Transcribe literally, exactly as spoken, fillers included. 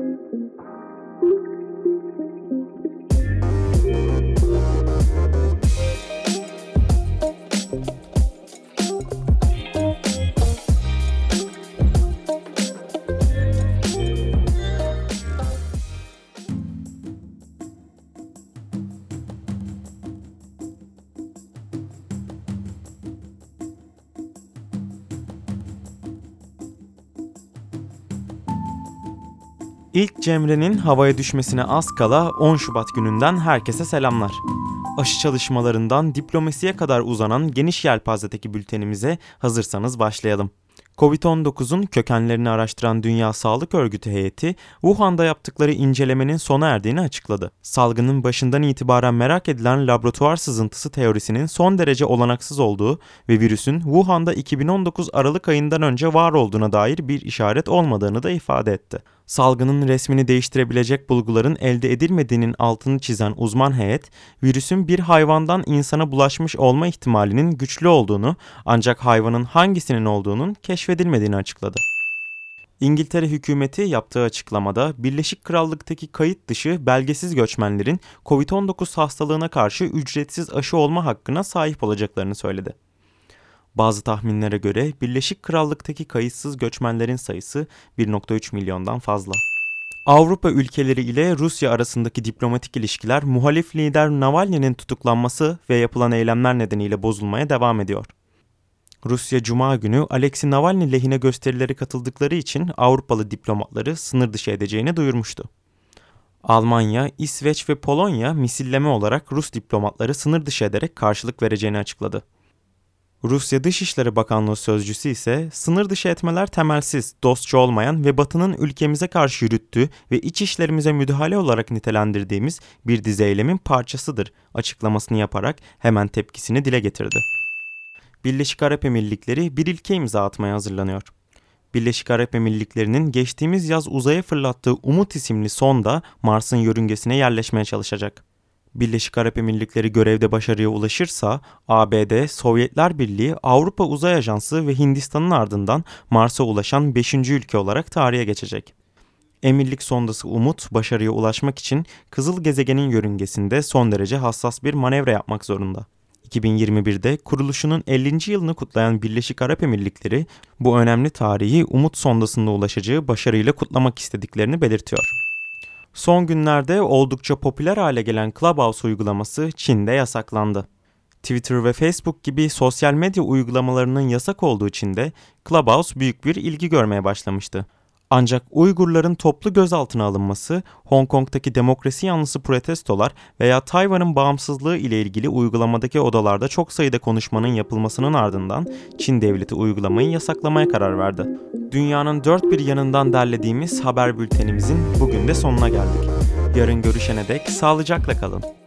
İlk Cemre'nin havaya düşmesine az kala on Şubat gününden herkese selamlar. Aşı çalışmalarından diplomasiye kadar uzanan geniş yelpazedeki bültenimize hazırsanız başlayalım. kovid on dokuzun kökenlerini araştıran Dünya Sağlık Örgütü heyeti, Wuhan'da yaptıkları incelemenin sona erdiğini açıkladı. Salgının başından itibaren merak edilen laboratuvar sızıntısı teorisinin son derece olanaksız olduğu ve virüsün Wuhan'da iki bin on dokuz Aralık ayından önce var olduğuna dair bir işaret olmadığını da ifade etti. Salgının resmini değiştirebilecek bulguların elde edilmediğinin altını çizen uzman heyet, virüsün bir hayvandan insana bulaşmış olma ihtimalinin güçlü olduğunu, ancak hayvanın hangisinin olduğunun keşfedilmediğini açıkladı. İngiltere hükümeti yaptığı açıklamada Birleşik Krallık'taki kayıt dışı belgesiz göçmenlerin kovid on dokuz hastalığına karşı ücretsiz aşı olma hakkına sahip olacaklarını söyledi. Bazı tahminlere göre Birleşik Krallık'taki kayıtsız göçmenlerin sayısı bir virgül üç milyondan fazla. Avrupa ülkeleri ile Rusya arasındaki diplomatik ilişkiler muhalif lider Navalny'nin tutuklanması ve yapılan eylemler nedeniyle bozulmaya devam ediyor. Rusya Cuma günü Alexei Navalny lehine gösterilere katıldıkları için Avrupalı diplomatları sınır dışı edeceğini duyurmuştu. Almanya, İsveç ve Polonya misilleme olarak Rus diplomatları sınır dışı ederek karşılık vereceğini açıkladı. Rusya Dışişleri Bakanlığı sözcüsü ise sınır dışı etmeler temelsiz, dostça olmayan ve Batı'nın ülkemize karşı yürüttüğü ve iç işlerimize müdahale olarak nitelendirdiğimiz bir dizi eylemin parçasıdır açıklamasını yaparak hemen tepkisini dile getirdi. Birleşik Arap Emirlikleri bir ilke imza atmaya hazırlanıyor. Birleşik Arap Emirlikleri'nin geçtiğimiz yaz uzaya fırlattığı Umut isimli sonda Mars'ın yörüngesine yerleşmeye çalışacak. Birleşik Arap Emirlikleri görevde başarıya ulaşırsa A B D, Sovyetler Birliği, Avrupa Uzay Ajansı ve Hindistan'ın ardından Mars'a ulaşan beşinci ülke olarak tarihe geçecek. Emirlik sondası Umut, başarıya ulaşmak için Kızıl Gezegen'in yörüngesinde son derece hassas bir manevra yapmak zorunda. iki bin yirmi birde kuruluşunun ellinci yılını kutlayan Birleşik Arap Emirlikleri, bu önemli tarihi Umut sondasında ulaşacağı başarıyla kutlamak istediklerini belirtiyor. Son günlerde oldukça popüler hale gelen Clubhouse uygulaması Çin'de yasaklandı. Twitter ve Facebook gibi sosyal medya uygulamalarının yasak olduğu Çin'de Clubhouse büyük bir ilgi görmeye başlamıştı. Ancak Uygurların toplu gözaltına alınması, Hong Kong'taki demokrasi yanlısı protestolar veya Tayvan'ın bağımsızlığı ile ilgili uygulamadaki odalarda çok sayıda konuşmanın yapılmasının ardından Çin devleti uygulamayı yasaklamaya karar verdi. Dünyanın dört bir yanından derlediğimiz haber bültenimizin bugün de sonuna geldik. Yarın görüşene dek sağlıcakla kalın.